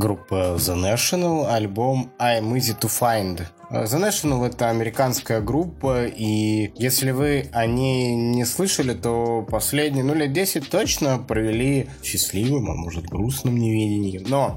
группа The National, альбом I'm Easy to Find. The National — это американская группа, и если вы о ней не слышали, то последние, лет 10 точно провели счастливым, а может грустным неведением. Но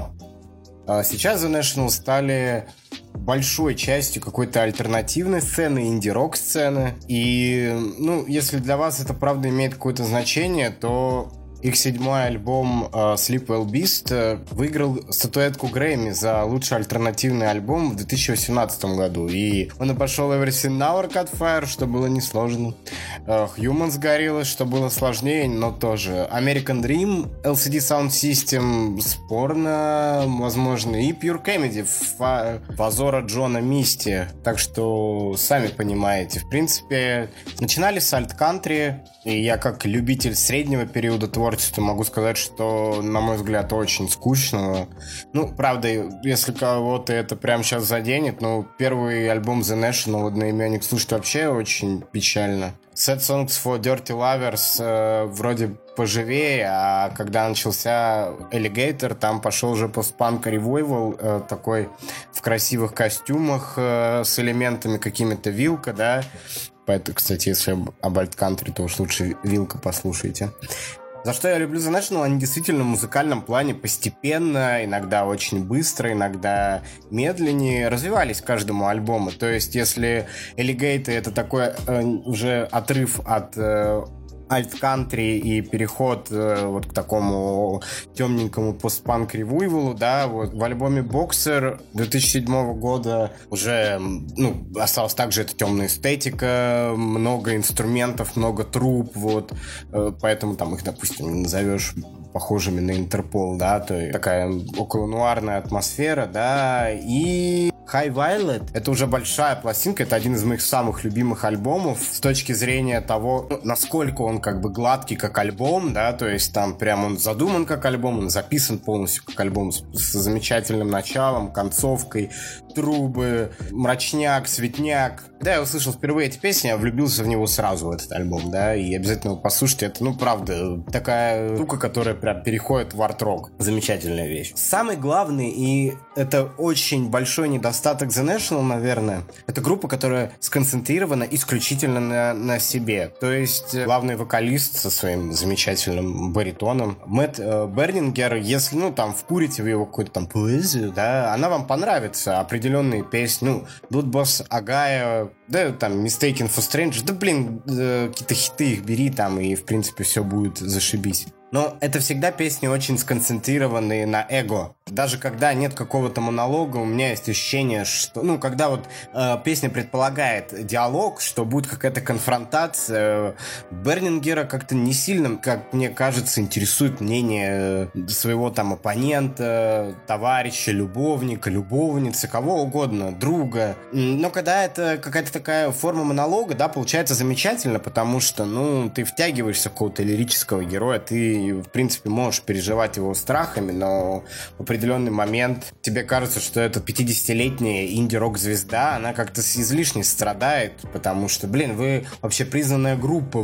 сейчас The National стали большой частью какой-то альтернативной сцены, инди-рок сцены. И, если для вас это правда имеет какое-то значение, то их 7-й альбом Sleep Well Beast выиграл статуэтку Грэмми за лучший альтернативный альбом в 2018 году. И он обошел Everything Now Arcade Fire, что было несложно. Humans Gorillaz, что было сложнее, но тоже. American Dream, LCD Sound System, спорно, возможно, и Pure Comedy, Фазора Джона Мисти. Так что, сами понимаете, в принципе, начинали с альт-кантри, и я как любитель среднего периода творчества могу сказать, что, на мой взгляд, очень скучного. Правда, если кого-то это прямо сейчас заденет, первый альбом The National, одноименник, слушать вообще очень печально. Sad Songs for Dirty Lovers вроде поживее, а когда начался Alligator, там пошел уже постпанк ревайвал, такой в красивых костюмах с элементами какими-то Вилка, да. Поэтому, кстати, если об альт-кантри, то уж лучше Вилка послушайте. За что я люблю The National, они действительно в музыкальном плане постепенно, иногда очень быстро, иногда медленнее развивались к каждому альбому. То есть, если Alligator — это такой уже отрыв от альт-кантри и переход вот к такому темненькому постпанк-ревайвалу, да, вот в альбоме Boxer 2007 года уже, осталась также эта темная эстетика, много инструментов, много труб, вот, поэтому там их, допустим, не назовешь похожими на Интерпол, да, то есть такая околонуарная атмосфера, да, и High Violet — это уже большая пластинка, это один из моих самых любимых альбомов с точки зрения того, насколько он как бы гладкий как альбом, да, то есть там прям он задуман как альбом, он записан полностью как альбом с замечательным началом, концовкой, трубы, мрачняк, светняк. Когда я услышал впервые эти песни, я влюбился в него сразу, в этот альбом, да, и обязательно его послушайте. Это, правда, такая штука, которая прям переходит в арт-рок. Замечательная вещь. Самый главный, и это очень большой недостаток The National, наверное, это группа, которая сконцентрирована исключительно на себе. То есть главный вокалист со своим замечательным баритоном Мэтт Бернингер, если, там, вкурите вы его какую-то там поэзию, да, она вам понравится. Определенные песни, Blood Boss Agaya, да, там, Mistaken for Strange, да, какие-то хиты их бери там, и, в принципе, все будет зашибись. Но это всегда песни очень сконцентрированные на эго. Даже когда нет какого-то монолога, у меня есть ощущение, что... когда вот песня предполагает диалог, что будет какая-то конфронтация, Бернингера как-то не сильно, как мне кажется, интересует мнение своего там оппонента, товарища, любовника, любовницы, кого угодно, друга. Но когда это какая-то такая форма монолога, да, получается замечательно, потому что, ты втягиваешься в какого-то лирического героя, ты, в принципе, можешь переживать его страхами, но в определенный момент тебе кажется, что эта 50-летняя инди-рок-звезда, она как-то излишне страдает, потому что, вы вообще признанная группа,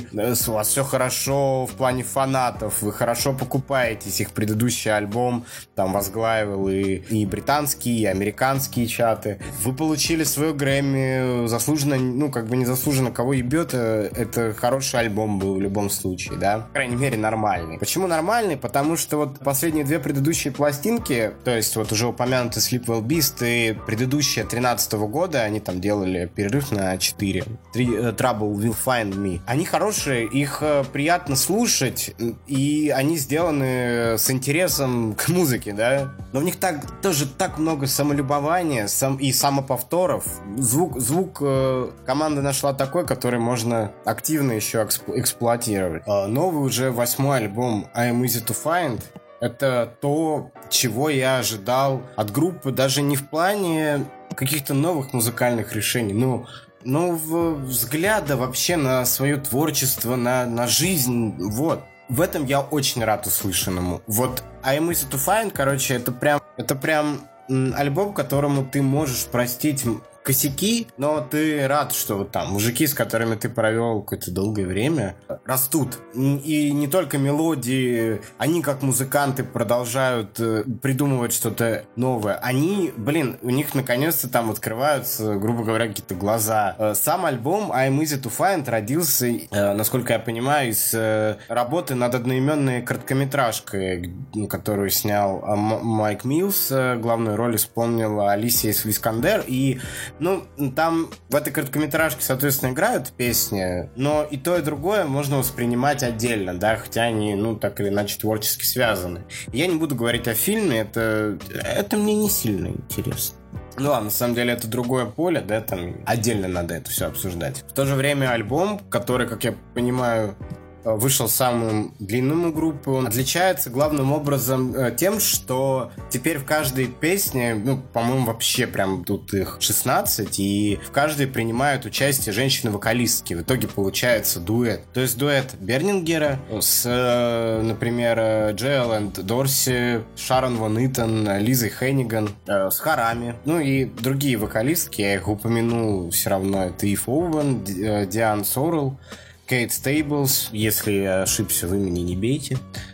у вас все хорошо в плане фанатов, вы хорошо покупаетесь, их предыдущий альбом там возглавил и британские, и американские чаты. Вы получили свою Грэмми, заслуженно, незаслуженно, кого ебет, это хороший альбом был в любом случае, да? По крайней мере, нормальный. Почему нормальный? Потому что вот последние две предыдущие пластинки, то есть вот уже упомянутый Sleep Well Beast и предыдущая 13 года, они там делали перерыв на 4. Trouble Will Find Me. Они хорошие, их приятно слушать, и они сделаны с интересом к музыке, да? Но в них тоже так много самолюбования и самоповторов. Звук команда нашла такой, который можно активно еще эксплуатировать. Новый уже 8-й альбом I'm Easy to Find — это то, чего я ожидал от группы, даже не в плане каких-то новых музыкальных решений, но взгляда вообще на свое творчество, на жизнь, вот. В этом я очень рад услышанному. Вот I'm Easy to Find, это прям альбом, которому ты можешь простить косяки, но ты рад, что вот там мужики, с которыми ты провел какое-то долгое время, растут. И не только мелодии, они как музыканты продолжают придумывать что-то новое. Они, у них наконец-то там открываются, грубо говоря, какие-то глаза. Сам альбом I'm Easy to Find родился, насколько я понимаю, из работы над одноименной короткометражкой, которую снял Майк Миллс. Главную роль исполнила Алисия Вискандер. И, там в этой короткометражке, соответственно, играют песни, но и то, и другое можно воспринимать отдельно, да, хотя они, так или иначе творчески связаны. Я не буду говорить о фильме, это мне не сильно интересно. На самом деле это другое поле, да, там отдельно надо это все обсуждать. В то же время альбом, который, как я понимаю, вышел самым длинным у группы, он отличается главным образом тем, что теперь в каждой песне, по-моему, вообще прям тут их 16, и в каждой принимают участие женщины-вокалистки. В итоге получается дуэт. То есть дуэт Бернингера с, например, Джейланд Дорси, Шарон Ван Итен, Лизой Хенниган, с хорами. И другие вокалистки, я их упомянул все равно. Это Ив Оуэн, Диан Сорел, Кейт Стейблс, если я ошибся, вы меня не бейте.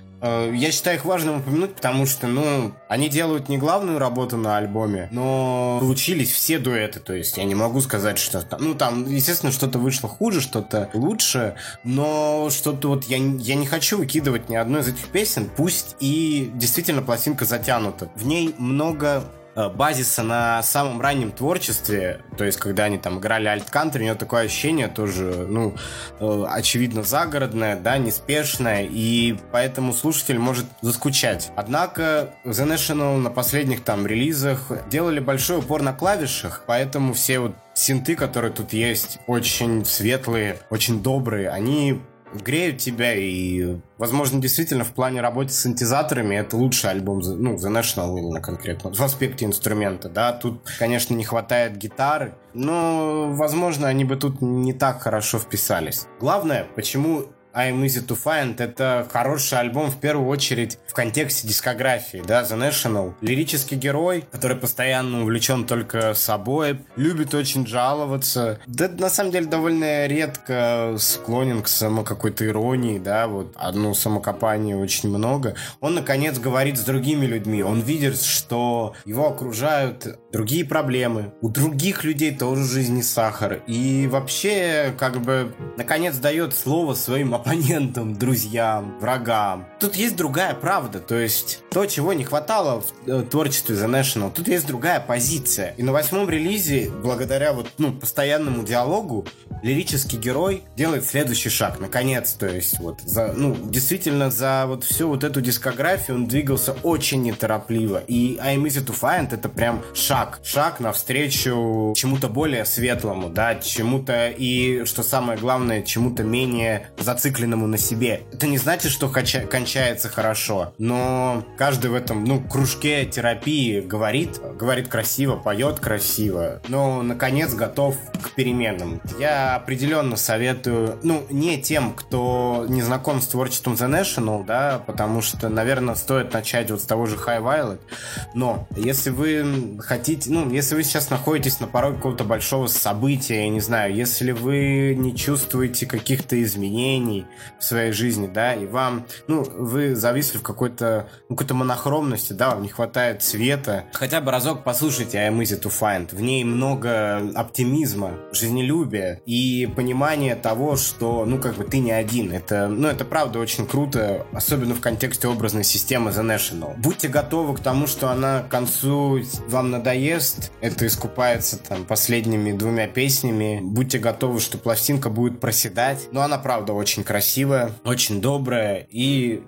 Я считаю их важным упомянуть, потому что, они делают не главную работу на альбоме, но получились все дуэты, то есть я не могу сказать, что там, естественно, что-то вышло хуже, что-то лучше, но что-то вот я не хочу выкидывать ни одной из этих песен, пусть и действительно пластинка затянута. В ней много базиса на самом раннем творчестве, то есть когда они там играли альт-кантри, у него такое ощущение тоже, очевидно, загородное, да, неспешное, и поэтому слушатель может заскучать. Однако The National на последних там релизах делали большой упор на клавишах, поэтому все вот синты, которые тут есть, очень светлые, очень добрые, они греют тебя, и, возможно, действительно в плане работы с синтезаторами это лучший альбом, The National именно конкретно, в аспекте инструмента, да, тут, конечно, не хватает гитары, но, возможно, они бы тут не так хорошо вписались. Главное, почему I'm Easy to Find — это хороший альбом в первую очередь в контексте дискографии, да, The National. Лирический герой, который постоянно увлечен только собой, любит очень жаловаться. Да, на самом деле, довольно редко склонен к какой-то иронии, да, вот одно самокопание очень много. Он, наконец, говорит с другими людьми. Он видит, что его окружают другие проблемы. У других людей тоже жизнь не сахар. И вообще, наконец, дает слово своим оппонентам, друзьям, врагам. Тут есть другая правда, то есть то, чего не хватало в творчестве The National, тут есть другая позиция. И на 8-м релизе, благодаря постоянному диалогу, лирический герой делает следующий шаг, наконец, то есть действительно за всю эту дискографию он двигался очень неторопливо, и I'm Easy to Find — это прям шаг навстречу чему-то более светлому, да, чему-то, и, что самое главное, чему-то менее зацикленному на себе. Это не значит, что кончается хорошо, но каждый в этом, кружке терапии говорит красиво, поет красиво, но, наконец, готов к переменам. Я определенно советую, не тем, кто не знаком с творчеством The National, да, потому что, наверное, стоит начать с того же High Violet, но если вы хотите, если вы сейчас находитесь на пороге какого-то большого события, я не знаю, если вы не чувствуете каких-то изменений в своей жизни, да, и вам, вы зависли в какой-то монохромности, да, вам не хватает цвета, хотя бы разок послушайте I'm Easy to Find. В ней много оптимизма, жизнелюбия и понимания того, что, ты не один. Это правда очень круто, особенно в контексте образной системы The National. Будьте готовы к тому, что она к концу вам надоест, это искупается последними 2 песнями. Будьте готовы, что пластинка будет проседать, но она правда очень красивая, очень добрая и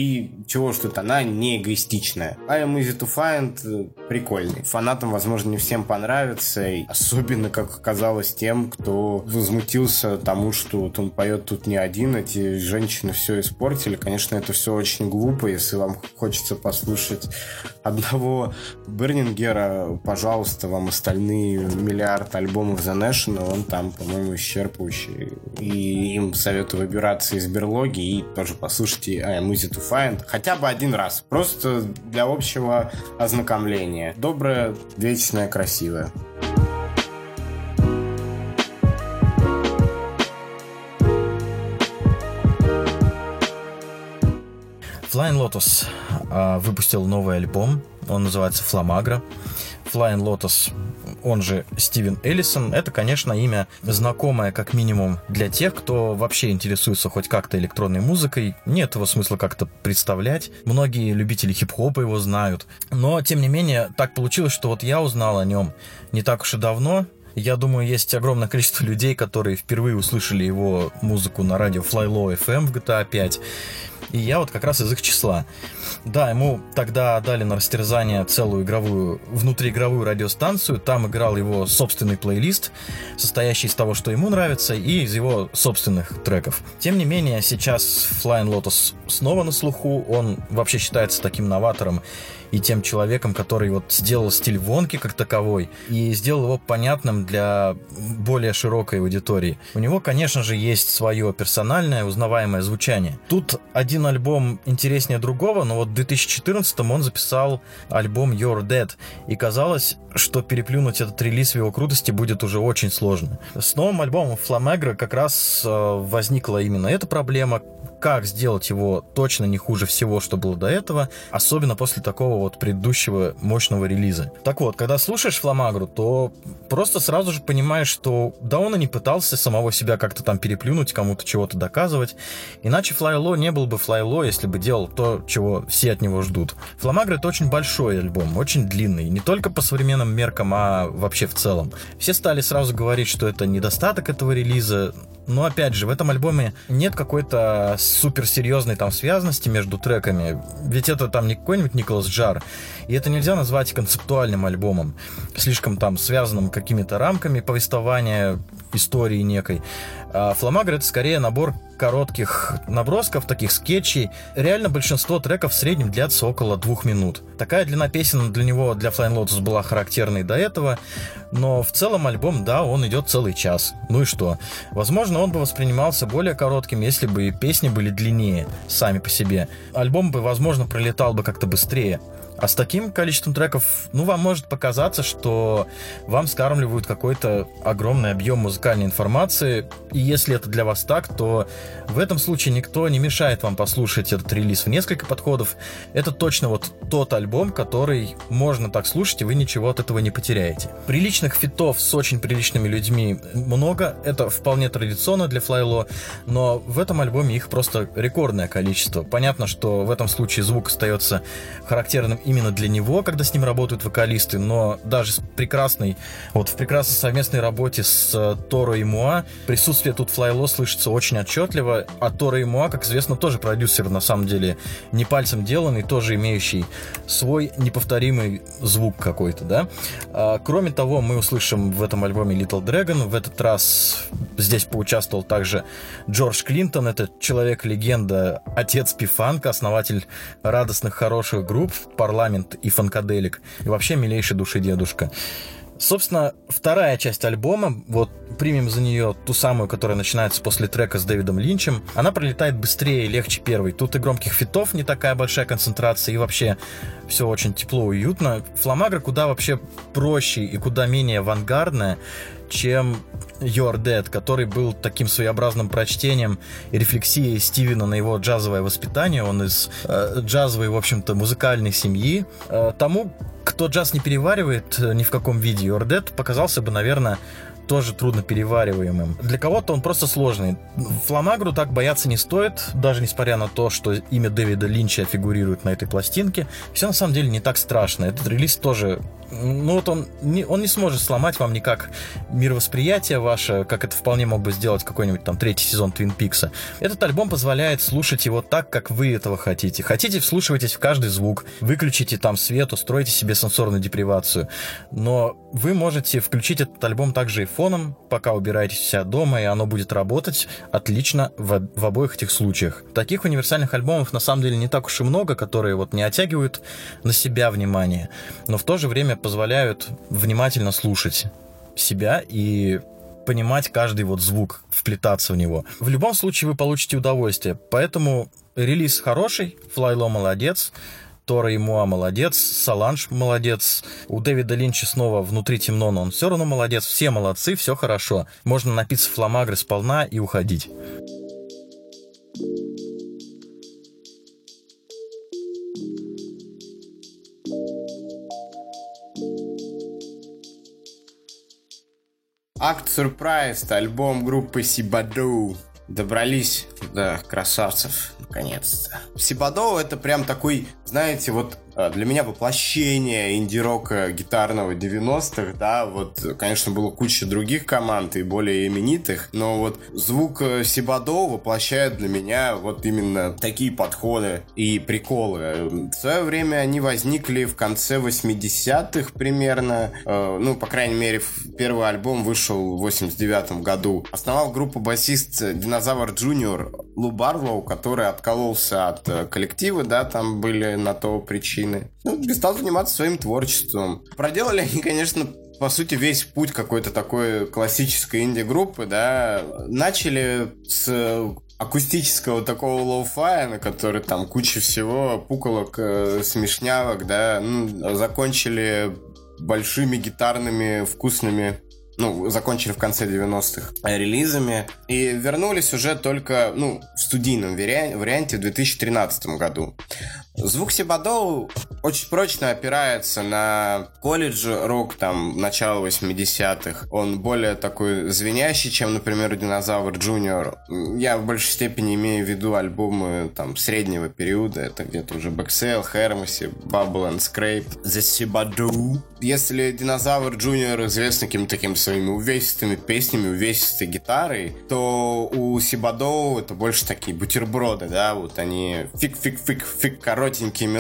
чего что она не эгоистичная. I'm Easy to Find прикольный. Фанатам, возможно, не всем понравится, и особенно, как оказалось, тем, кто возмутился тому, что он поет тут не один, эти женщины все испортили. Конечно, это все очень глупо. Если вам хочется послушать одного Бернингера, пожалуйста, вам остальные миллиард альбомов The National, он там, по-моему, исчерпывающий. И им советую выбираться из берлоги и тоже послушайте I'm Easy to Find хотя бы один раз. Просто для общего ознакомления. Доброе, вечное, красивое. Flying Lotus выпустил новый альбом, он называется Flammagra. Flying Lotus, он же Стивен Эллисон, это, конечно, имя знакомое как минимум для тех, кто вообще интересуется хоть как-то электронной музыкой. Нет его смысла как-то представлять. Многие любители хип-хопа его знают. Но, тем не менее, так получилось, что вот я узнал о нем не так уж и давно. Я думаю, есть огромное количество людей, которые впервые услышали его музыку на радио Fly Low FM в GTA 5. И я вот как раз из их числа. Да, ему тогда дали на растерзание целую внутриигровую радиостанцию. Там играл его собственный плейлист, состоящий из того, что ему нравится, и из его собственных треков. Тем не менее, сейчас Flying Lotus снова на слуху. Он вообще считается таким новатором и тем человеком, который вот сделал стиль вонки как таковой и сделал его понятным для более широкой аудитории. У него, конечно же, есть свое персональное, узнаваемое звучание. Тут один альбом интереснее другого, но вот в 2014-м он записал альбом You're Dead, и казалось, что переплюнуть этот релиз в его крутости будет уже очень сложно. С новым альбомом Flammagra как раз возникла именно эта проблема. Как сделать его точно не хуже всего, что было до этого, особенно после такого вот предыдущего мощного релиза. Так вот, когда слушаешь Flammagru, то просто сразу же понимаешь, что да он и не пытался самого себя как-то там переплюнуть, кому-то чего-то доказывать. Иначе Fly Low не был бы Fly Low, если бы делал то, чего все от него ждут. Flammagru — это очень большой альбом, очень длинный, не только по современным меркам, а вообще в целом. Все стали сразу говорить, что это недостаток этого релиза. Но опять же, в этом альбоме нет какой-то суперсерьезной там связанности между треками, ведь это там не какой-нибудь Николас Джар, и это нельзя назвать концептуальным альбомом, слишком там связанным какими-то рамками повествования, истории некой. А Flammagru — это скорее набор коротких набросков, таких скетчей. Реально большинство треков в среднем длятся около 2 минут. Такая длина песен для него, для Flying Lotus, была характерной до этого, но в целом альбом, да, он идет целый час. Ну и что? Возможно, он бы воспринимался более коротким, если бы песни были длиннее сами по себе. Альбом бы, возможно, пролетал бы как-то быстрее. А с таким количеством треков, вам может показаться, что вам скармливают какой-то огромный объем музыкальной информации, и если это для вас так, то в этом случае никто не мешает вам послушать этот релиз в несколько подходов. Это точно вот тот альбом, который можно так слушать, и вы ничего от этого не потеряете. Приличных фитов с очень приличными людьми много, это вполне традиционно для Fly Low, но в этом альбоме их просто рекордное количество. Понятно, что в этом случае звук остается характерным именно для него, когда с ним работают вокалисты, но даже в прекрасной совместной работе с Торо и Муа присутствие тут Fly Low слышится очень отчетливо, а Торо и Муа, как известно, тоже продюсер, на самом деле, не пальцем деланный, тоже имеющий свой неповторимый звук какой-то, да. Кроме того, мы услышим в этом альбоме Little Dragon, в этот раз здесь поучаствовал также Джордж Клинтон, это человек-легенда, отец пифанка, основатель радостных хороших групп Парламент и Фанкаделик, и вообще милейший души дедушка. Собственно, вторая часть альбома, вот примем за нее ту самую, которая начинается после трека с Дэвидом Линчем, она пролетает быстрее и легче первой. Тут и громких фитов не такая большая концентрация, и вообще все очень тепло, уютно. Flammagru куда вообще проще и куда менее авангардная, чем You're Dead, который был таким своеобразным прочтением и рефлексией Стивена на его джазовое воспитание. Он из джазовой, в общем-то, музыкальной семьи. Тому, кто джаз не переваривает ни в каком виде, You're Dead показался бы, наверное, тоже трудно перевариваемым. Для кого-то он просто сложный. Flammagru так бояться не стоит, даже несмотря на то, что имя Дэвида Линча фигурирует на этой пластинке. Все на самом деле не так страшно. Этот релиз тоже... он не сможет сломать вам никак мировосприятие ваше, как это вполне мог бы сделать какой-нибудь там 3-й сезон Твин Пикса. Этот альбом позволяет слушать его так, как вы этого хотите. Хотите, вслушивайтесь в каждый звук, выключите там свет, устройте себе сенсорную депривацию. Но вы можете включить этот альбом также и фоном, пока убираетесь у себя дома, и оно будет работать отлично в обоих этих случаях. Таких универсальных альбомов на самом деле не так уж и много, которые вот не оттягивают на себя внимание, но в то же время позволяют внимательно слушать себя и понимать каждый вот звук, вплетаться в него. В любом случае вы получите удовольствие, поэтому релиз хороший, Fly Low молодец, Торо и Муа молодец, Соланж молодец, у Дэвида Линча снова внутри темно, но он все равно молодец, все молодцы, все хорошо. Можно напиться Flammagru сполна и уходить. Act Surprised, альбом группы Sibado. Добрались до красавцев, наконец-то. Sibado — это прям такой, знаете, вот для меня воплощение инди-рока гитарного 90-х, да, вот, конечно, было куча других команд и более именитых, но вот звук Sibado воплощает для меня вот именно такие подходы и приколы. В свое время они возникли в конце 80-х примерно, ну, по крайней мере, первый альбом вышел в 89-м году. Основал группу басист Динозавр Джуниор Лу Барлоу, который откололся от коллектива, да, там были на то причины. Ну, стал заниматься своим творчеством. Проделали они, конечно, по сути, весь путь какой-то такой классической инди-группы, да. Начали с акустического такого лоу-фая, на который там куча всего, пуколок, смешнявок, да. Ну, закончили большими гитарными вкусными, ну, закончили в конце 90-х релизами и вернулись уже только, ну, в студийном варианте в 2013 году. Звук Sibado очень прочно опирается на колледж-рок, там, начала 80-х. Он более такой звенящий, чем, например, Динозавр Джуниор. Я в большей степени имею в виду альбомы, там, среднего периода. Это где-то уже Backsail, Hermosy, Bubble and Scrape, The Sibado. Если Динозавр Джуниор известен каким-то таким своими увесистыми песнями, увесистой гитарой, то у Sibado это больше такие бутерброды, да, вот они фик коротенькие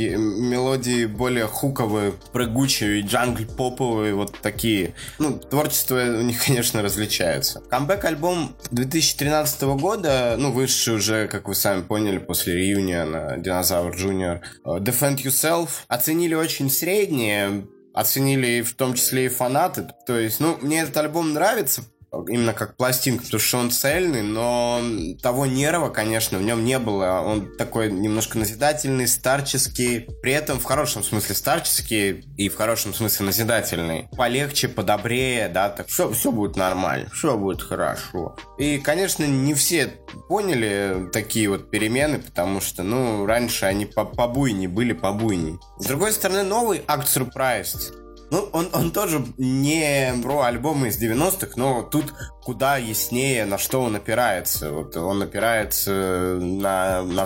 мелодии более хуковые, прыгучие, джангл-поповые, вот такие. Ну, творчество у них, конечно, различается. Камбэк-альбом 2013 года, ну, вышедший уже, как вы сами поняли, после реюниона Динозавр Джуниор, Defend Yourself, оценили очень среднее, оценили в том числе и фанаты. То есть, ну, мне этот альбом нравится именно как пластинка, потому что он цельный, но того нерва, конечно, в нем не было. Он такой немножко назидательный, старческий, при этом в хорошем смысле старческий и в хорошем смысле назидательный. Полегче, подобрее, да, так все будет нормально, все будет хорошо. И, конечно, не все поняли такие вот перемены, потому что, ну, раньше они побуйней были, побуйней. С другой стороны, новый Act Surprised, ну, он тоже не про альбомы из 90-х, но тут куда яснее, на что он опирается. Вот он опирается на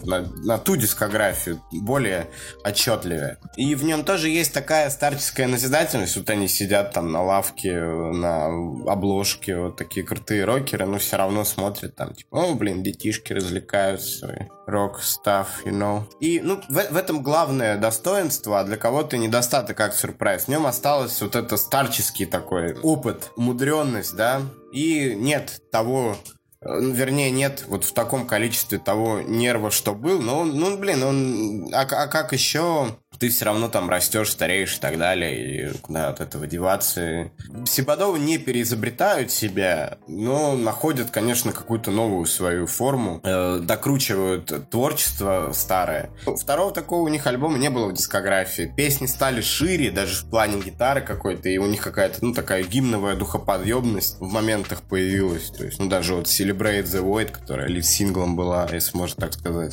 ту дискографию, более отчетливее. И в нем тоже есть такая старческая назидательность. Вот они сидят там на лавке, на обложке, вот такие крутые рокеры, но все равно смотрят там, типа, о, блин, детишки развлекаются, рок-стафф, you know. И, ну, в этом главное достоинство, а для кого-то недостаток как сюрприз. В нем осталось вот это старческий такой опыт, умудренность, да, и нет того, вернее, нет вот в таком количестве того нерва, что был, но он, ну, блин, он, а как еще... Ты все равно там растешь, стареешь и так далее, и куда от этого деваться. Sibado не переизобретают себя, но находят, конечно, какую-то новую свою форму, докручивают творчество старое. Второго такого у них альбома не было в дискографии. Песни стали шире, даже в плане гитары какой-то, и у них какая-то, ну, такая гимновая духоподъемность в моментах появилась. То есть, ну, даже вот Celebrate the Void, которая лид-синглом была, если можно так сказать,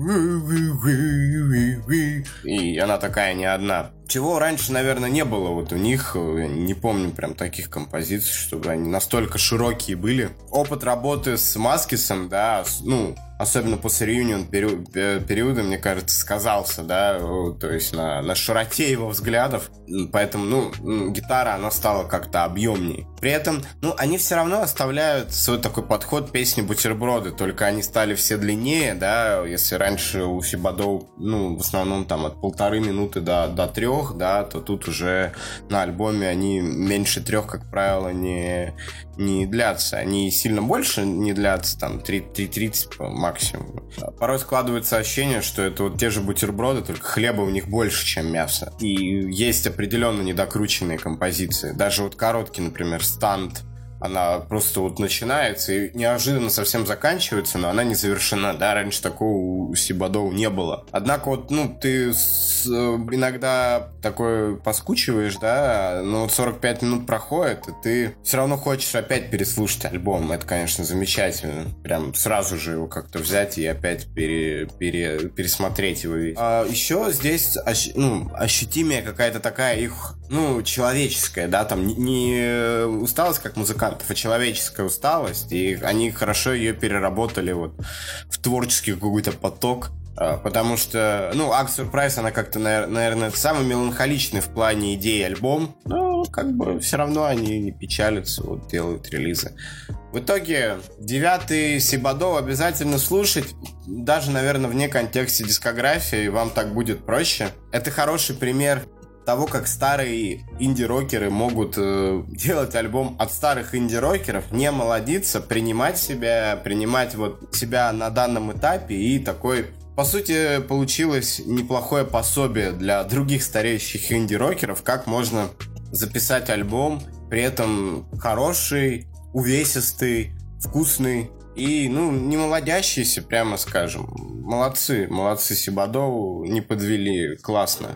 и она такая не одна. Чего раньше, наверное, не было вот у них. Я не помню прям таких композиций, чтобы они настолько широкие были. Опыт работы с Маскисом, да, ну, особенно после реюнион периода, мне кажется, сказался, да, то есть на широте его взглядов. Поэтому, ну, гитара, она стала как-то объемней. При этом, ну, они все равно оставляют свой такой подход песни бутерброды, только они стали все длиннее, да, если раньше у Sibado, ну, в основном там от 1,5 минуты до 3, да, то тут уже на альбоме они меньше 3, как правило, не длятся. Они сильно больше не длятся, там 3:30 максимум. Порой складывается ощущение, что это вот те же бутерброды, только хлеба у них больше, чем мяса. И есть определенно недокрученные композиции. Даже вот короткий, например, Stunt Она просто вот начинается и неожиданно совсем заканчивается, но она не завершена, да, раньше такого у Сибадоу не было. Однако вот, ты иногда такое поскучиваешь, да, но вот 45 минут проходит, и ты все равно хочешь опять переслушать альбом. Это, конечно, замечательно. Прям сразу же его как-то взять и опять пересмотреть его весь. А еще здесь, ощутимее какая-то такая их, человеческая, да, там не усталость как музыкантов, а человеческая усталость, и они хорошо ее переработали вот в творческий какой-то поток. Потому что, Act Surprise, она как-то, наверное, самый меланхоличный в плане идеи альбом, но как бы все равно они не печалятся, вот делают релизы. В итоге 9-й Сибадоу обязательно слушать, даже, наверное, вне контекста дискографии, вам так будет проще. Это хороший пример того, как старые инди-рокеры могут делать альбом от старых инди-рокеров, не молодиться, принимать себя на данном этапе, и такой, по сути, получилось неплохое пособие для других стареющих инди-рокеров, как можно записать альбом, при этом хороший, увесистый, вкусный и, не молодящийся, прямо скажем. Молодцы Сибадоу, не подвели, классно.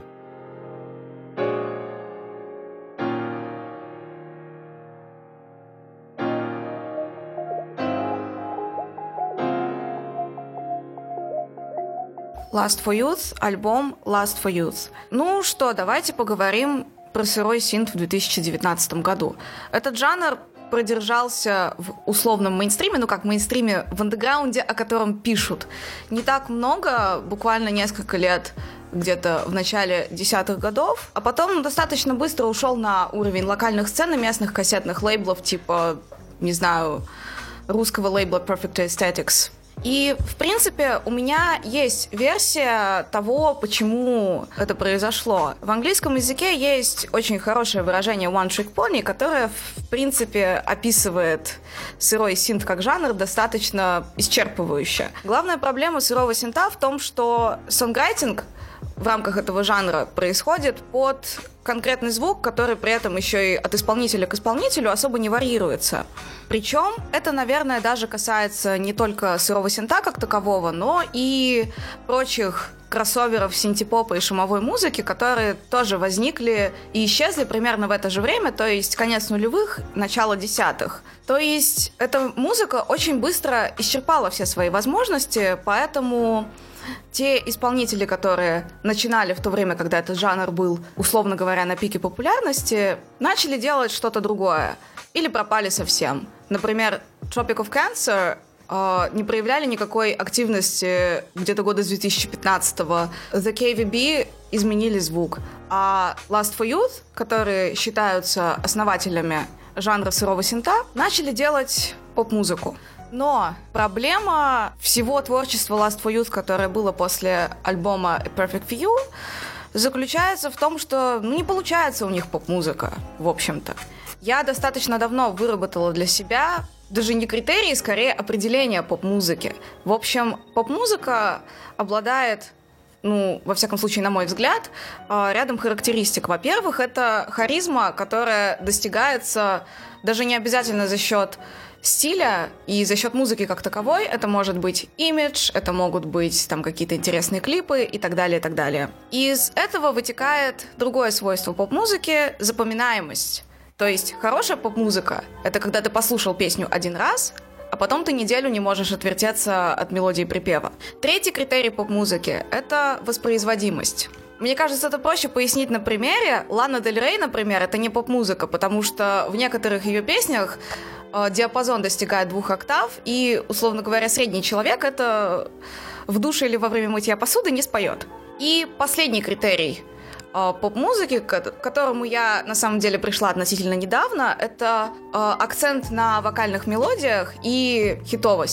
Lust for Youth, альбом Lust for Youth. Ну что, давайте поговорим про сырой синт в 2019 году. Этот жанр продержался в условном мейнстриме, как мейнстриме в андеграунде, о котором пишут. Не так много, буквально несколько лет, где-то в начале 10-х годов, а потом достаточно быстро ушел на уровень локальных сцен и местных кассетных лейблов, типа, не знаю, русского лейбла Perfect Aesthetics. И, в принципе, у меня есть версия того, почему это произошло. В английском языке есть очень хорошее выражение One Trick Pony, которое, в принципе, описывает сырой синт как жанр достаточно исчерпывающе. Главная проблема сырого синта в том, что сонграйтинг в рамках этого жанра происходит под конкретный звук, который при этом еще и от исполнителя к исполнителю особо не варьируется. Причем это, наверное, даже касается не только сырого синта как такового, но и прочих кроссоверов синтепопа и шумовой музыки, которые тоже возникли и исчезли примерно в это же время, то есть конец нулевых, начало десятых. То есть эта музыка очень быстро исчерпала все свои возможности, поэтому те исполнители, которые начинали в то время, когда этот жанр был, условно говоря, на пике популярности, начали делать что-то другое или пропали совсем. Например, Tropic of Cancer не проявляли никакой активности где-то года с 2015-го. The KVB изменили звук. А Lust for Youth, которые считаются основателями жанра сырого синта, начали делать поп-музыку. Но проблема всего творчества Lust for Youth, которое было после альбома A Perfect Few, заключается в том, что не получается у них поп-музыка, в общем-то. Я достаточно давно выработала для себя даже не критерии, скорее определение поп-музыки. В общем, поп-музыка обладает, во всяком случае, на мой взгляд, рядом характеристик. Во-первых, это харизма, которая достигается даже не обязательно за счет стиля и за счет музыки как таковой. Это может быть имидж, это могут быть там какие-то интересные клипы и так далее, и так далее. Из этого вытекает другое свойство поп-музыки — запоминаемость. То есть хорошая поп-музыка — это когда ты послушал песню один раз, а потом ты неделю не можешь отвертеться от мелодии припева. Третий критерий поп-музыки — это воспроизводимость. Мне кажется, это проще пояснить на примере. Лана Дель Рей, например, это не поп-музыка, потому что в некоторых ее песнях диапазон достигает 2 октав, и, условно говоря, средний человек это в душе или во время мытья посуды не споет. И последний критерий поп-музыки, к которому я на самом деле пришла относительно недавно, это акцент на вокальных мелодиях и хитовость.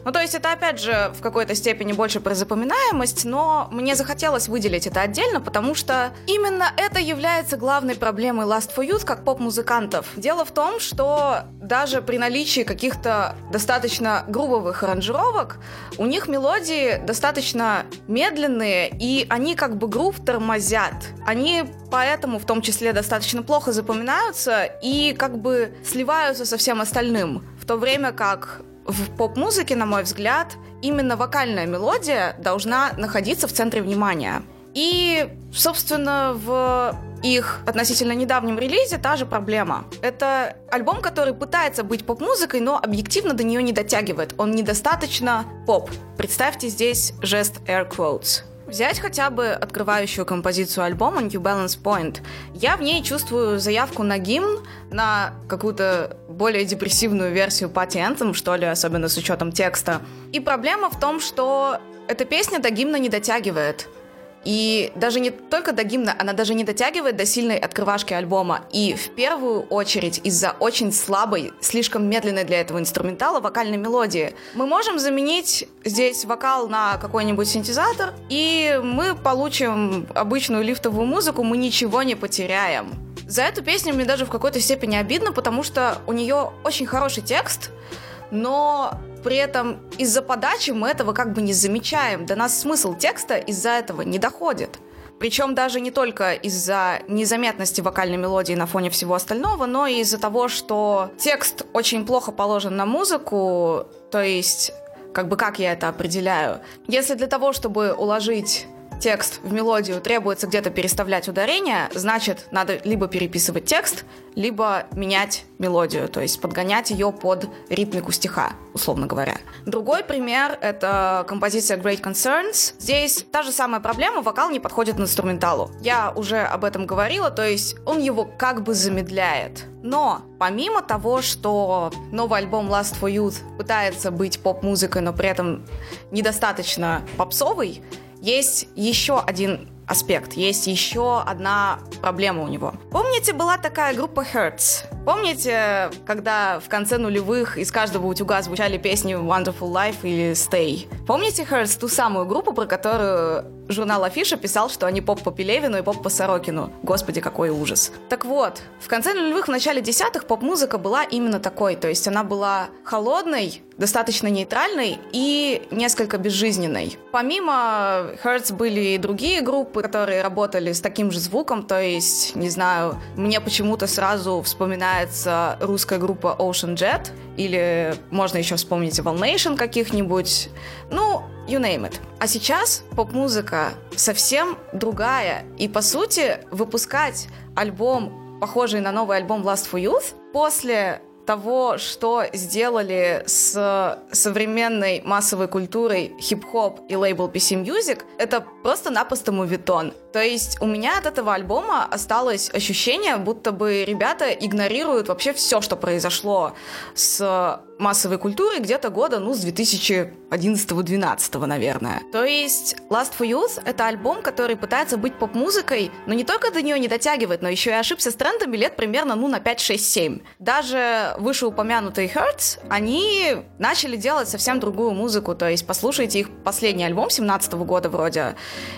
Ну, то есть это, опять же, в какой-то степени больше про запоминаемость, но мне захотелось выделить это отдельно, потому что именно это является главной проблемой Last for Youth как поп-музыкантов. Дело в том, что даже при наличии каких-то достаточно грубовых аранжировок, у них мелодии достаточно медленные, и они как бы грув тормозят. Они поэтому в том числе достаточно плохо запоминаются и как бы сливаются со всем остальным. В то время как в поп-музыке, на мой взгляд, именно вокальная мелодия должна находиться в центре внимания. И, собственно, в их относительно недавнем релизе та же проблема. Это альбом, который пытается быть поп-музыкой, но объективно до нее не дотягивает. Он недостаточно поп. Представьте здесь жест air quotes. Взять хотя бы открывающую композицию альбома New Balance Point. Я в ней чувствую заявку на гимн, на какую-то более депрессивную версию Party Anthem, что ли, особенно с учетом текста. И проблема в том, что эта песня до гимна не дотягивает. И даже не только до гимна, она даже не дотягивает до сильной открывашки альбома. И в первую очередь из-за очень слабой, слишком медленной для этого инструментала вокальной мелодии. Мы можем заменить здесь вокал на какой-нибудь синтезатор, и мы получим обычную лифтовую музыку, мы ничего не потеряем. За эту песню мне даже в какой-то степени обидно, потому что у нее очень хороший текст, но при этом из-за подачи мы этого как бы не замечаем. До нас смысл текста из-за этого не доходит. Причем даже не только из-за незаметности вокальной мелодии на фоне всего остального, но и из-за того, что текст очень плохо положен на музыку. То есть, как я это определяю? Если для того, чтобы уложить текст в мелодию, требуется где-то переставлять ударения, значит, надо либо переписывать текст, либо менять мелодию, то есть подгонять ее под ритмику стиха, условно говоря. Другой пример — это композиция Great Concerns. Здесь та же самая проблема, вокал не подходит к инструменталу. Я уже об этом говорила, то есть он его как бы замедляет. Но помимо того, что новый альбом Last for Youth пытается быть поп-музыкой, но при этом недостаточно попсовый, есть еще один аспект, есть еще одна проблема у него. Помните, была такая группа Hertz? Помните, когда в конце нулевых из каждого утюга звучали песни Wonderful Life или Stay? Помните Hertz, ту самую группу, про которую журнал Афиша писал, что они поп по Пелевину и поп по Сорокину? Господи, какой ужас. Так вот, в конце нулевых, в начале десятых поп-музыка была именно такой, то есть она была холодной, достаточно нейтральной и несколько безжизненной. Помимо Hertz были и другие группы, которые работали с таким же звуком, то есть, не знаю, мне почему-то сразу вспоминается русская группа Ocean Jet, или можно еще вспомнить Evolnation каких-нибудь, ну, you name it. А сейчас поп-музыка совсем другая, и, по сути, выпускать альбом, похожий на новый альбом Last for Youth, после того, что сделали с современной массовой культурой хип-хоп и лейбл PC Music, это просто-напросто мувитон. То есть у меня от этого альбома осталось ощущение, будто бы ребята игнорируют вообще все, что произошло с массовой культурой где-то года, с 2011-2012, наверное. То есть Last for Youth — это альбом, который пытается быть поп-музыкой, но не только до нее не дотягивает, но еще и ошибся с трендами лет примерно, на 5, 6, 7. Даже вышеупомянутые Hertz, они начали делать совсем другую музыку, то есть послушайте их последний альбом 2017 года вроде,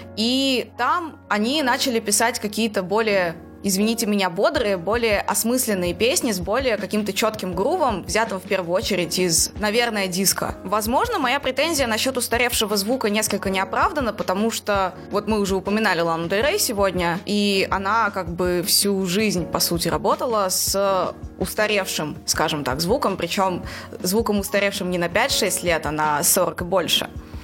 и там они начали писать какие-то более, извините меня, бодрые, более осмысленные песни с более каким-то четким грувом, взятым в первую очередь из, наверное, диска. Возможно, моя претензия насчет устаревшего звука несколько неоправдана, потому что, вот мы уже упоминали Лану Дель Рей сегодня, и она как бы всю жизнь, по сути, работала с устаревшим, скажем так, звуком, причем звуком устаревшим не на 5-6 лет, а на 40 и больше.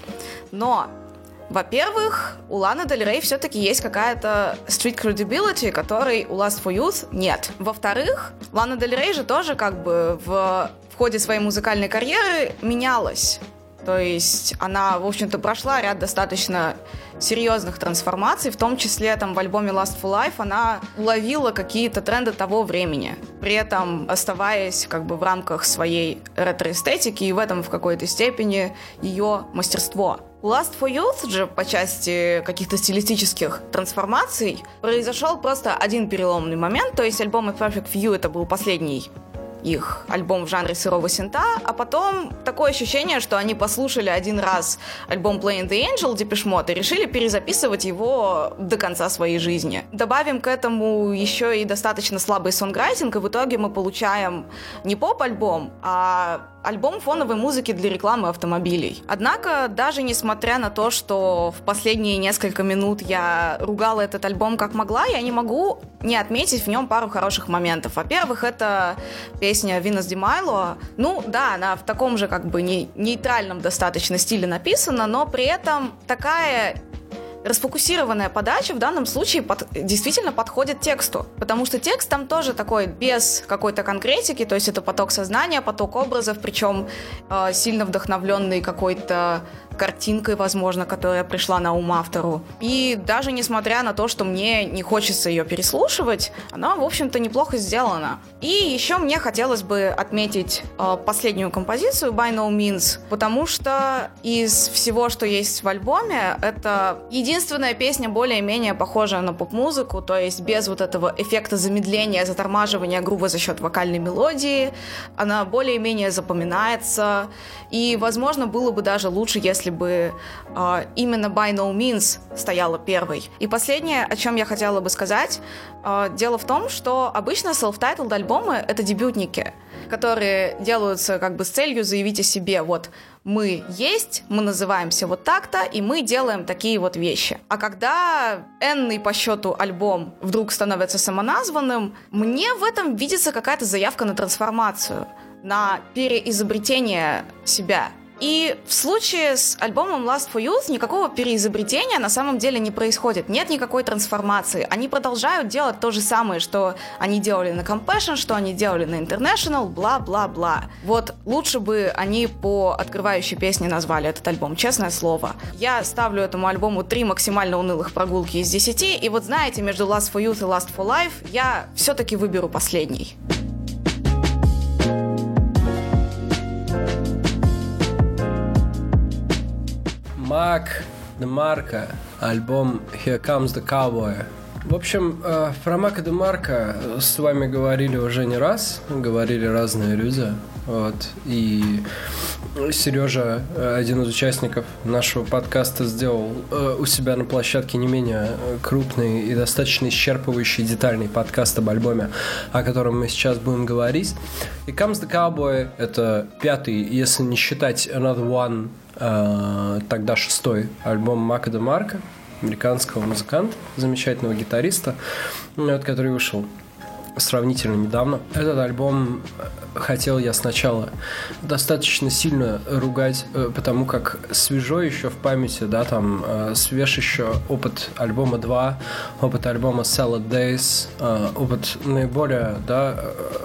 Но во-первых, у Ланы Дель Рей все-таки есть какая-то street credibility, которой у Last for Youth нет. Во-вторых, Лана Дель Рей же тоже как бы в ходе своей музыкальной карьеры менялась. То есть она, в общем-то, прошла ряд достаточно серьезных трансформаций, в том числе там в альбоме Last for Life она уловила какие-то тренды того времени, при этом оставаясь как бы в рамках своей ретро-эстетики, и в этом в какой-то степени ее мастерство. У Last for Youth же по части каких-то стилистических трансформаций произошел просто один переломный момент, то есть альбом A Perfect View — это был последний их альбом в жанре сырого синта, а потом такое ощущение, что они послушали один раз альбом Playing the Angel Depeche Mode и решили перезаписывать его до конца своей жизни. Добавим к этому еще и достаточно слабый сонграйтинг, и в итоге мы получаем не поп-альбом, а альбом фоновой музыки для рекламы автомобилей. Однако, даже несмотря на то, что в последние несколько минут я ругала этот альбом как могла, я не могу не отметить в нем пару хороших моментов. Во-первых, это песня Venus de Milo. Ну да, она в таком же как бы нейтральном достаточно стиле написана, но при этом такая расфокусированная подача в данном случае действительно подходит тексту, потому что текст там тоже такой без какой-то конкретики, то есть это поток сознания, поток образов, причем сильно вдохновленный какой-то картинкой, возможно, которая пришла на ум автору. И даже несмотря на то, что мне не хочется ее переслушивать, она, в общем-то, неплохо сделана. И еще мне хотелось бы отметить последнюю композицию By No Means, потому что из всего, что есть в альбоме, это единственная песня более-менее похожая на поп-музыку, то есть без вот этого эффекта замедления, затормаживания грубо за счет вокальной мелодии. Она более-менее запоминается, и, возможно, было бы даже лучше, если бы именно By No Means стояла первой. И последнее, о чем я хотела бы сказать, дело в том, что обычно self-titled альбомы — это дебютники, которые делаются как бы с целью заявить о себе. Вот мы есть, мы называемся вот так-то, и мы делаем такие вот вещи. А когда энный по счету альбом вдруг становится самоназванным, мне в этом видится какая-то заявка на трансформацию, на переизобретение себя. И в случае с альбомом Lust for Youth никакого переизобретения на самом деле не происходит. Нет никакой трансформации. Они продолжают делать то же самое, что они делали на Compassion, что они делали на International, бла-бла-бла. Вот лучше бы они по открывающей песне назвали этот альбом, честное слово. Я ставлю этому альбому 3 максимально унылых прогулки из 10, и вот знаете, между Lust for Youth и Lust for Life я все-таки выберу последний. Мак DeMarco, альбом Here Comes the Cowboy. В общем, про Мака DeMarco с вами говорили уже не раз, говорили разные люди. Вот. И Сережа, один из участников нашего подкаста, сделал у себя на площадке не менее крупный и достаточно исчерпывающий детальный подкаст об альбоме, о котором мы сейчас будем говорить. И Comes the Cowboy — это 5-й, если не считать Another One, тогда 6-й альбом Мака DeMarco, американского музыканта, замечательного гитариста, который вышел сравнительно недавно. Этот альбом хотел я сначала достаточно сильно ругать, потому как свежо еще в памяти, да, там свеж еще опыт альбома 2, опыт альбома Salad Days, опыт наиболее, да,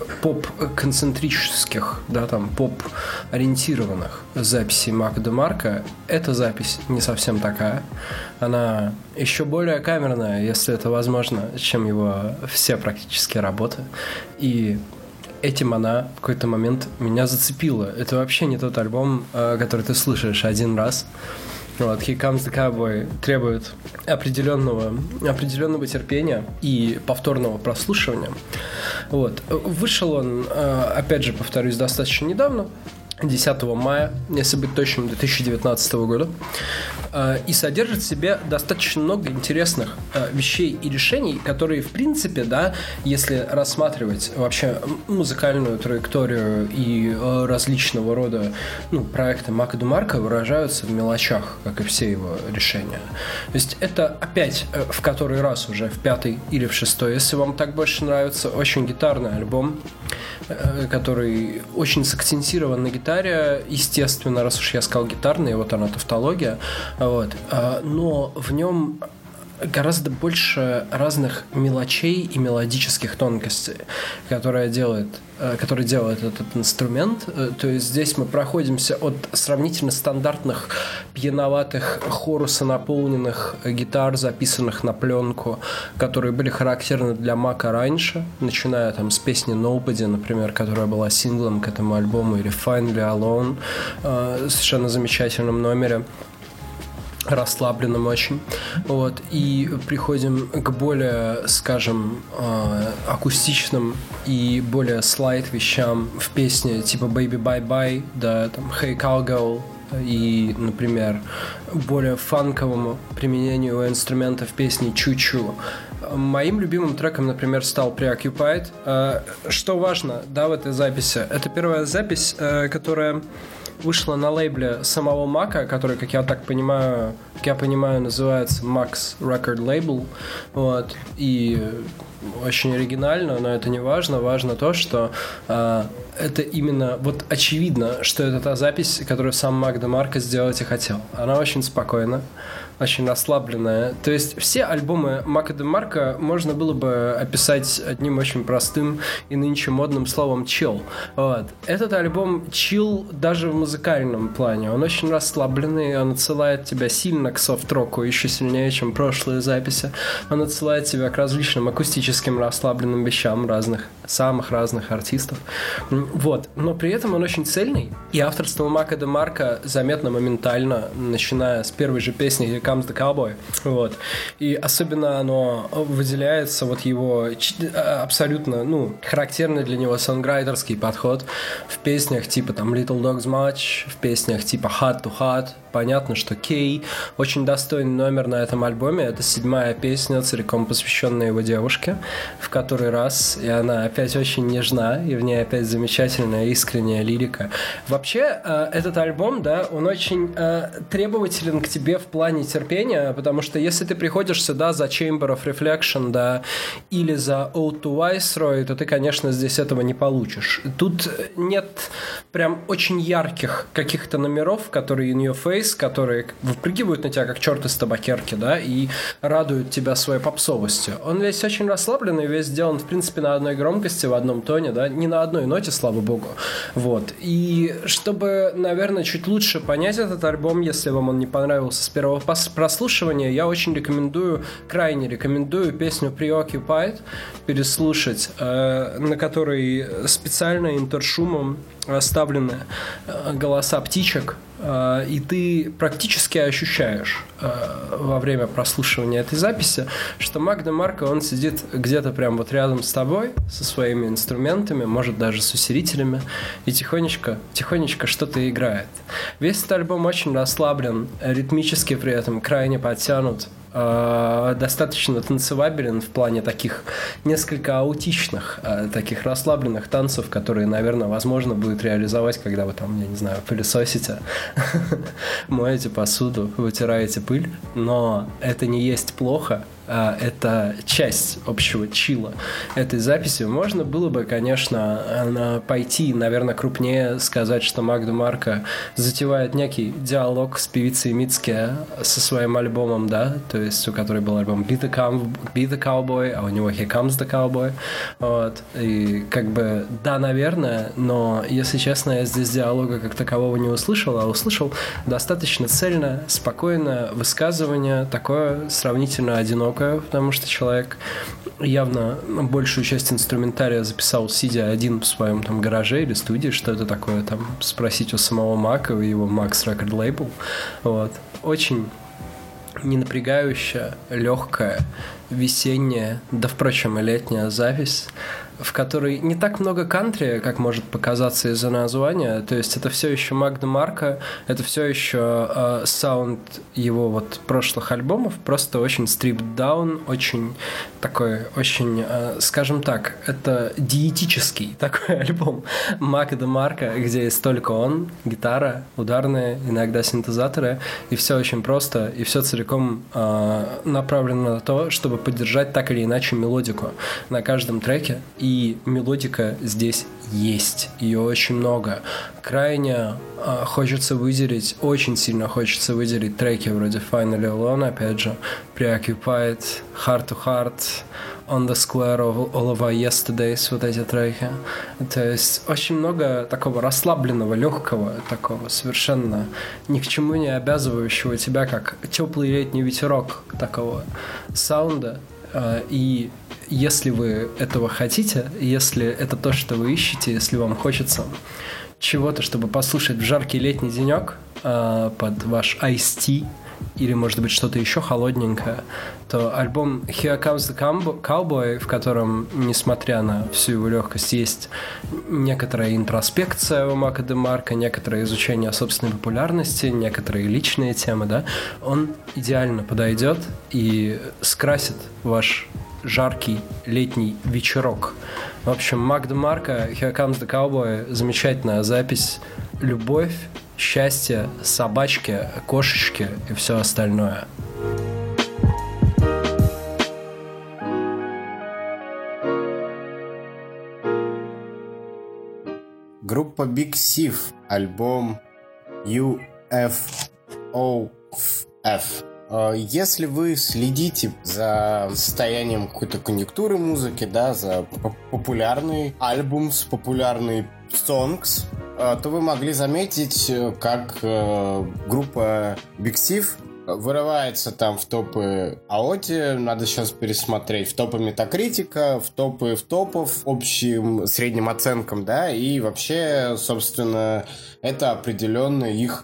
поп-концентрических, да, там поп-ориентированных записей Мака DeMarco. Эта запись не совсем такая. Она еще более камерная, если это возможно, чем его все практически работы. И этим она в какой-то момент меня зацепила. Это вообще не тот альбом, который ты слышишь один раз. Вот, Here Comes the Cowboy требует определенного терпения и повторного прослушивания. Вот. Вышел он, опять же, повторюсь, достаточно недавно, 10 мая, если быть точным, 2019 года, и содержит в себе достаточно много интересных вещей и решений, которые, в принципе, да, если рассматривать вообще музыкальную траекторию и различного рода, ну, проекты Мака DeMarco, выражаются в мелочах, как и все его решения. То есть это опять в который раз уже, в 5-й или в 6-й, если вам так больше нравится, очень гитарный альбом, который очень сакцентирован на гитаре, естественно, раз уж я сказал гитарный, вот она тавтология, вот, но в нем гораздо больше разных мелочей и мелодических тонкостей, которые делает этот инструмент. То есть здесь мы проходимся от сравнительно стандартных пьяноватых, хорусонаполненных гитар, записанных на пленку, которые были характерны для Мака раньше, начиная там с песни Nobody, например, которая была синглом к этому альбому, или Finally Alone, совершенно замечательном номере. расслабленным очень. Вот. И приходим к более, скажем, акустичным и более слайд вещам в песне типа Baby Bye Bye, да, там Hey Cowgirl, и, например, более фанковому применению инструментов песни Чу-Чу. Моим любимым треком, например, стал Preoccupied. Что важно, да, в этой записи? Это первая запись, которая вышла на лейбле самого Мака, который, как я понимаю, называется Max Record Label. Вот. И очень оригинально, но это не важно. Важно то, что это именно... Вот очевидно, что это та запись, которую сам Мак ДeМарко сделать и хотел. Она очень спокойна, очень расслабленная. То есть все альбомы Мака ДeМарко можно было бы описать одним очень простым и нынче модным словом chill. Вот. Этот альбом chill даже в музыкальном плане. Он очень расслабленный, он отсылает тебя сильно к софт-року, еще сильнее, чем прошлые записи. Он отсылает тебя к различным акустическим расслабленным вещам самых разных артистов. Вот. Но при этом он очень цельный, и авторство Мака ДeМарко заметно моментально, начиная с первой же песни Here Comes the Cowboy. Вот. И особенно оно выделяется, вот его абсолютно, характерный для него сонграйтерский подход в песнях типа там Little Dogs March, в песнях типа Hard to Hard. Понятно, что Кей очень достойный номер на этом альбоме. Это 7-я песня, целиком посвященная его девушке, в который раз, и она опять очень нежна, и в ней опять замечательная искренняя лирика. Вообще, этот альбом, да, он очень требователен к тебе в плане терпения, потому что если ты приходишь сюда за Chamber of Reflection, да, или за Ode to Viceroy, то ты, конечно, здесь этого не получишь. Тут нет прям очень ярких каких-то номеров, которые in your face, которые выпрыгивают на тебя как черт из табакерки, да, и радуют тебя своей попсовостью. Он весь очень расслабленный, весь сделан, в принципе, на одной громкости, в одном тоне, да, не на одной ноте, слава богу. Вот. И чтобы, наверное, чуть лучше понять этот альбом, если вам он не понравился с первого прослушивания, я очень крайне рекомендую песню Preoccupied переслушать, на которой специально интершумом расставлены голоса птичек, и ты практически ощущаешь во время прослушивания этой записи, что Мак ДеМарко, он сидит где-то прям вот рядом с тобой, со своими инструментами, может даже с усилителями, и тихонечко что-то играет. Весь этот альбом очень расслаблен, ритмически при этом крайне подтянут, достаточно танцевабелен в плане таких несколько аутичных, таких расслабленных танцев, которые, наверное, возможно будет реализовать, когда вы там, я не знаю, пылесосите, моете посуду, вытираете пыль, но это не есть плохо. Это часть общего чила этой записи. Можно было бы, конечно, пойти, наверное, крупнее, сказать, что Мак ДеМарко затевает некий диалог с певицей Мицке со своим альбомом, да, то есть у которой был альбом Be the Cowboy, а у него Here Comes the Cowboy. Вот. И как бы, да, наверное, но, если честно, я здесь диалога как такового не услышал, а услышал достаточно цельное, спокойное высказывание, такое сравнительно одинокое, потому что человек явно большую часть инструментария записал, сидя один в своем там гараже или студии, что это такое, там, спросить у самого Мака, у его Max Record Label. Вот. Очень ненапрягающая, легкая, весенняя, да, впрочем, и летняя запись, в которой не так много кантри, как может показаться из-за названия. То есть это все еще Мак ДеМарко, это все еще саунд его вот прошлых альбомов, просто очень stripped down, очень такой, очень, скажем так, это диетический такой альбом Мака ДеМарко, где есть только он, гитара, ударные, иногда синтезаторы, и все очень просто, и все целиком направлено на то, чтобы поддержать так или иначе мелодику на каждом треке. И мелодика здесь есть, ее очень много. Крайне хочется выделить, очень сильно хочется выделить треки вроде Finally Alone, опять же, Preoccupied, Heart to Heart, On the Square of All of Our Yesterdays, вот эти треки. То есть очень много такого расслабленного, легкого, такого совершенно ни к чему не обязывающего тебя, как теплый летний ветерок такого саунда. И если вы этого хотите, если это то, что вы ищете, если вам хочется чего-то, чтобы послушать в жаркий летний денек под ваш Ice Tea или, может быть, что-то еще холодненькое, то альбом Here Comes the Cowboy, в котором, несмотря на всю его легкость, есть некоторая интроспекция у Мака Демарко, некоторое изучение собственной популярности, некоторые личные темы, да, он идеально подойдет и скрасит ваш жаркий летний вечерок. В общем, Мак Демарко, Here Comes the Cowboy, замечательная запись, любовь, счастье, собачки, кошечки и все остальное. Группа Big Thief, альбом UFOF. Если вы следите за состоянием какой-то конъюнктуры музыки, да, за популярный альбом с популярный songs, то вы могли заметить, как группа Big Thief вырывается там в топы АОТи, надо сейчас пересмотреть, в топы Метакритика, в топы в топов, общим средним оценкам, да, и вообще, собственно, это определенно их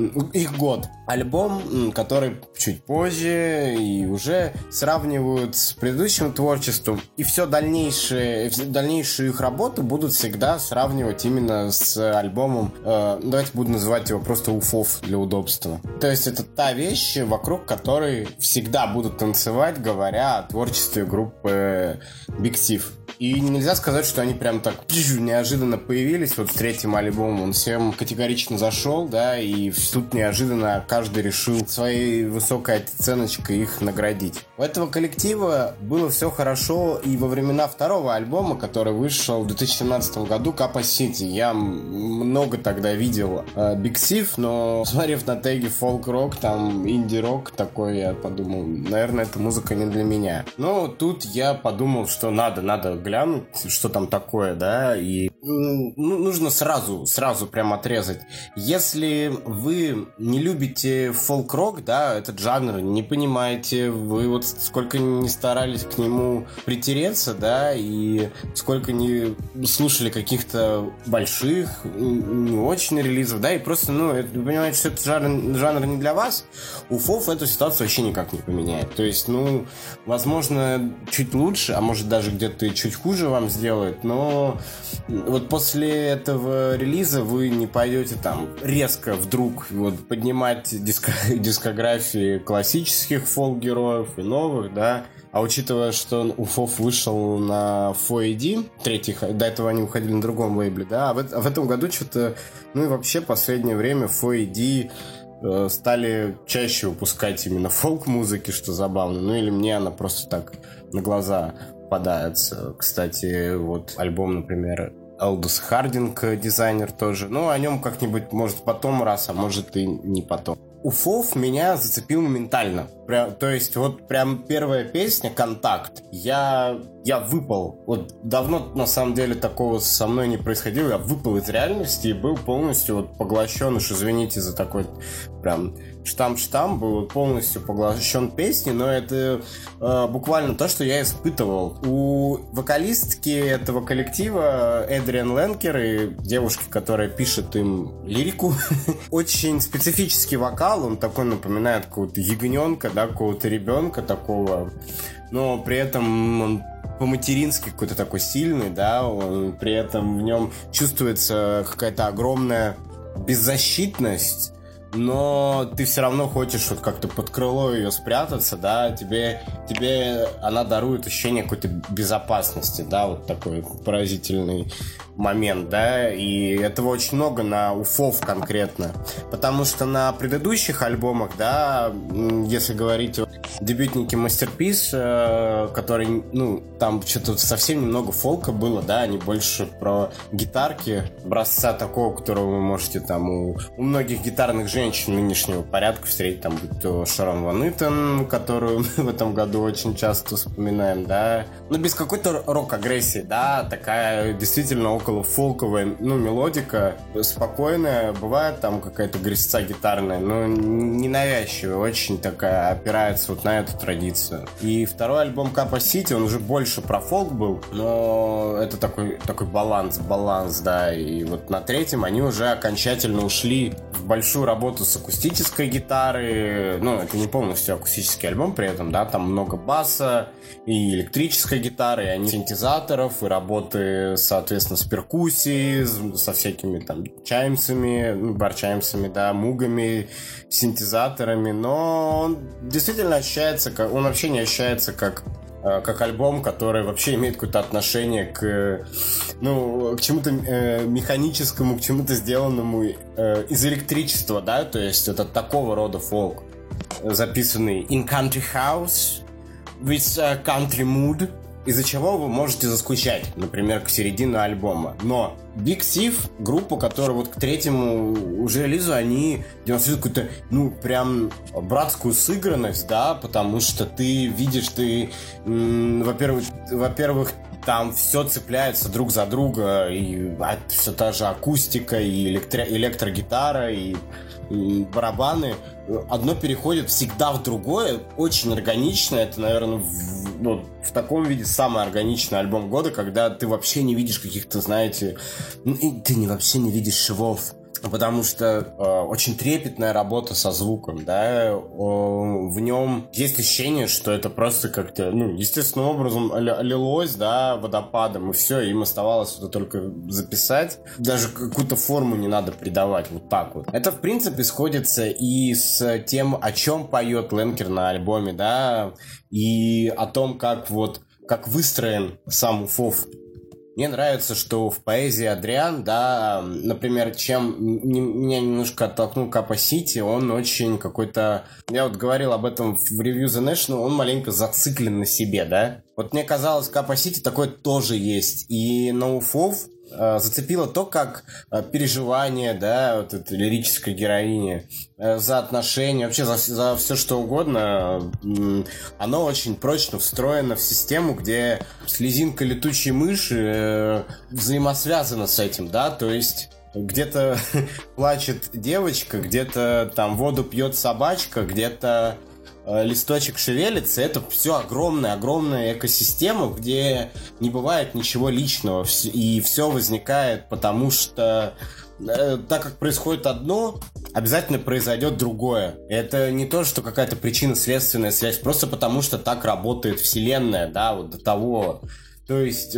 год. Альбом, который чуть позже и уже сравнивают с предыдущим творчеством, и все дальнейшие их работы будут всегда сравнивать именно с альбомом, давайте буду называть его просто UFOF для удобства. То есть это та вещь, вокруг которой всегда будут танцевать, говоря о творчестве группы Big Thief. И нельзя сказать, что они прям так неожиданно появились. Вот с третьим альбомом он всем категорично зашел, да, и тут неожиданно каждый решил своей высокой оценочкой их наградить. У этого коллектива было все хорошо и во времена второго альбома, который вышел в 2017 году, Kappa City. Я много тогда видел Big Thief, но смотрев на теги фолк-рок, там инди-рок такой, я подумал, наверное, эта музыка не для меня. Но тут я подумал, что надо глянуть, что там такое, да, и нужно сразу прям отрезать. Если вы не любите фолк-рок, да, этот жанр, не понимаете, вы вот сколько не старались к нему притереться, да, и сколько не слушали каких-то больших, не очень релизов, да, и просто, вы понимаете, что этот жанр не для вас, UFOF эту ситуацию вообще никак не поменяет. То есть, возможно, чуть лучше, а может даже где-то чуть хуже вам сделает, но вот после этого релиза вы не пойдете там резко вдруг вот поднимать дискографии классических фолк-героев и новых, да, а учитывая, что UFOF вышел на 4AD, до этого они выходили на другом лейбле, да, а в этом году что-то, и вообще последнее время 4AD стали чаще выпускать именно фолк-музыки, что забавно, или мне она просто так на глаза попадается. Кстати, вот альбом, например, Алдус Хардинг, дизайнер тоже. О нем как-нибудь, может, потом раз, а может и не потом. UFOF меня зацепил моментально. То есть, вот прям первая песня «Контакт». Я выпал. Вот давно, на самом деле, такого со мной не происходило. Я выпал из реальности и был полностью вот поглощен. Уж извините за такой прям штамп, был полностью поглощен песней, но это буквально то, что я испытывал. У вокалистки этого коллектива Эдриан Ленкер и девушки, которая пишет им лирику, очень специфический вокал, он такой напоминает какого-то ягненка, да, какого-то ребенка такого, но при этом он по-матерински какой-то такой сильный, да, при этом в нем чувствуется какая-то огромная беззащитность, но ты все равно хочешь вот как-то под крыло ее спрятаться, да, тебе она дарует ощущение какой-то безопасности, да, вот такой поразительный момент, да, и этого очень много на UFOF конкретно, потому что на предыдущих альбомах, да, если говорить о дебютнике Masterpiece, который, там что-то совсем немного фолка было, да, они больше про гитарки, образца такого, которого вы можете там у многих гитарных женщин нынешнего порядка встретить, там, будь то Шарон Ван Итен, которую мы в этом году очень часто вспоминаем, да, без какой-то рок-агрессии, да, такая действительно около фолковая, мелодика спокойная, бывает там какая-то грязца гитарная, но ненавязчивая, очень такая, опирается вот на эту традицию. И второй альбом Kappa City, он уже больше про фолк был, но это такой баланс, да, и вот на третьем они уже окончательно ушли большую работу с акустической гитарой. Ну, это не полностью акустический альбом при этом, да, там много баса и электрической гитары, и синтезаторов, и работы, соответственно, с перкуссией, со всякими там чаймсами, барчаймсами, да, мугами, синтезаторами, но он действительно ощущается, он вообще не ощущается как альбом, который вообще имеет какое-то отношение к чему-то механическому, к чему-то сделанному из электричества, да, то есть это такого рода фолк, записанный in country house with a country mood, из-за чего вы можете заскучать, например, к середине альбома. Но Big Thief, группа, которая вот к третьему уже релизу, они демонстрируют какую-то, прям братскую сыгранность, да, потому что ты видишь, во-первых, там все цепляется друг за друга, и все та же акустика, и электрогитара, и барабаны. Одно переходит всегда в другое, очень органично. Это, наверное, в таком виде самый органичный альбом года, когда ты вообще не видишь каких-то, знаете, ты вообще не видишь швов. Потому что очень трепетная работа со звуком, да, в нем есть ощущение, что это просто как-то, естественным образом лилось, да, водопадом, и все, им оставалось это только записать, даже какую-то форму не надо придавать, вот так вот. Это, в принципе, сходится и с тем, о чем поет Ленкер на альбоме, да, и о том, как выстроен сам Уфов. Мне нравится, что в поэзии Адриан, да, например, чем меня немножко оттолкнул Капа Сити, он очень какой-то... Я вот говорил об этом в Review The National, он маленько зациклен на себе, да. Вот мне казалось, Капа Сити такое тоже есть. И на Уфов зацепило то, как переживания, да, вот этой лирической героини, за отношения, вообще за все что угодно, оно очень прочно встроено в систему, где слезинка летучей мыши взаимосвязана с этим, да, то есть где-то плачет девочка, где-то там воду пьет собачка, где-то листочек шевелится, это все огромная экосистема, где не бывает ничего личного, и все возникает, потому что так как происходит одно, обязательно произойдет другое. Это не то, что какая-то причинно-следственная связь, просто потому что так работает вселенная, да, вот до того. То есть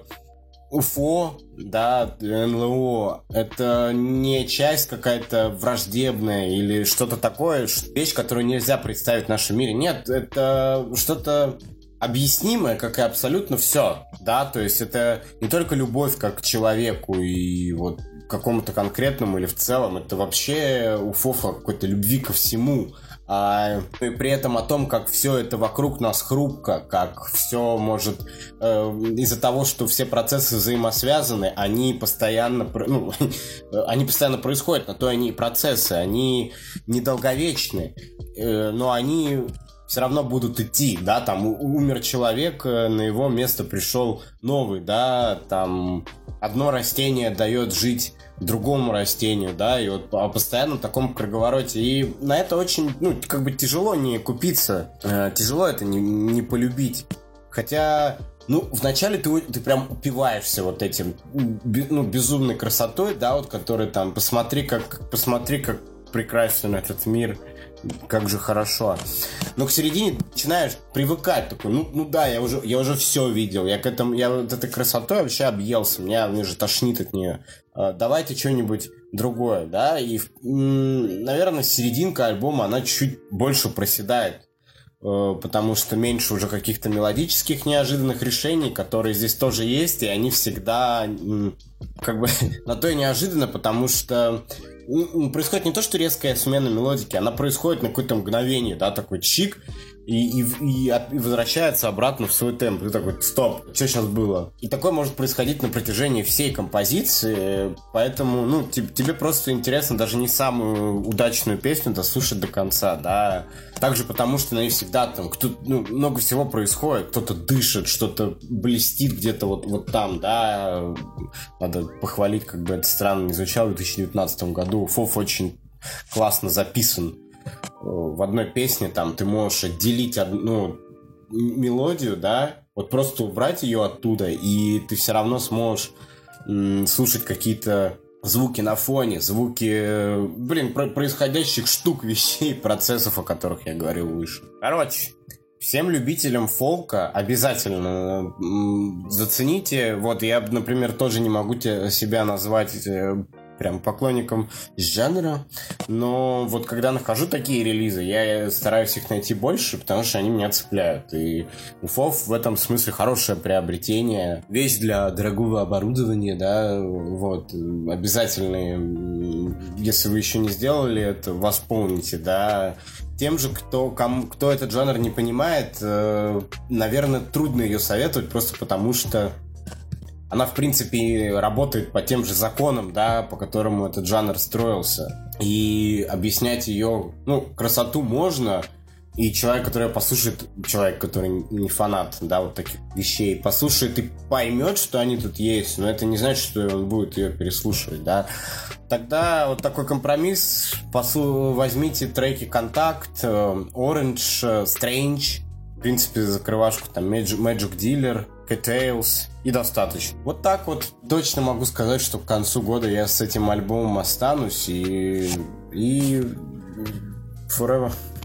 УФО, да, НЛО, это не часть какая-то враждебная или что-то такое, вещь, которую нельзя представить в нашем мире. Нет, это что-то объяснимое, как и абсолютно все, да, то есть это не только любовь как к человеку и вот к какому-то конкретному или в целом, это вообще УФО какой-то любви ко всему. И при этом о том, как все это вокруг нас хрупко, как все может из-за того, что все процессы взаимосвязаны, они постоянно происходят, на то они и процессы, они недолговечны, но они все равно будут идти, да, там умер человек, на его место пришел новый, да, там одно растение дает жить другому растению, да, и вот о постоянном таком круговороте. И на это очень, тяжело не купиться, тяжело это не полюбить. Хотя, вначале ты прям упиваешься вот этим, безумной красотой, да, вот, который там, посмотри, как прекрасен этот мир, как же хорошо. Но к середине начинаешь привыкать, такой, да, я уже все видел, я вот этой красотой вообще объелся, мне же тошнит от нее. Давайте что-нибудь другое, да, и, наверное, серединка альбома, она чуть больше проседает, потому что меньше уже каких-то мелодических неожиданных решений, которые здесь тоже есть, и они всегда на то и неожиданно, потому что происходит не то, что резкая смена мелодики, она происходит на какое-то мгновение, да, такой чик, и возвращается обратно в свой темп. Ты такой, стоп, что сейчас было? И такое может происходить на протяжении всей композиции, поэтому, тебе просто интересно даже не самую удачную песню дослушать до конца, да. Также потому, что на ней всегда там много всего происходит, кто-то дышит, что-то блестит где-то вот там, да. Надо похвалить, как бы это странно не звучало, в 2019 году Фоф очень классно записан. В одной песне там ты можешь отделить одну мелодию, да, вот просто убрать ее оттуда, и ты все равно сможешь слушать какие-то звуки на фоне, звуки, происходящих штук, вещей, процессов, о которых я говорил выше. Короче, всем любителям фолка обязательно зацените. Вот я, например, тоже не могу себя назвать прям поклонником жанра, но вот когда нахожу такие релизы, я стараюсь их найти больше, потому что они меня цепляют. И у FOV в этом смысле хорошее приобретение. Вещь для дорогого оборудования, да, вот, обязательно, если вы еще не сделали это, восполните, да. Тем же, кто этот жанр не понимает, наверное, трудно ее советовать, просто потому что она, в принципе, работает по тем же законам, да, по которым этот жанр строился. И объяснять ее, красоту можно. И человек, который послушает, человек, который не фанат, да, вот таких вещей, послушает и поймет, что они тут есть, но это не значит, что он будет ее переслушивать, да. Тогда вот такой компромисс, возьмите треки «Контакт», «Orange», «Strange», в принципе, закрывашку там Magic Dealer, K-Tales и достаточно. Вот так вот точно могу сказать, что к концу года я с этим альбомом останусь и forever.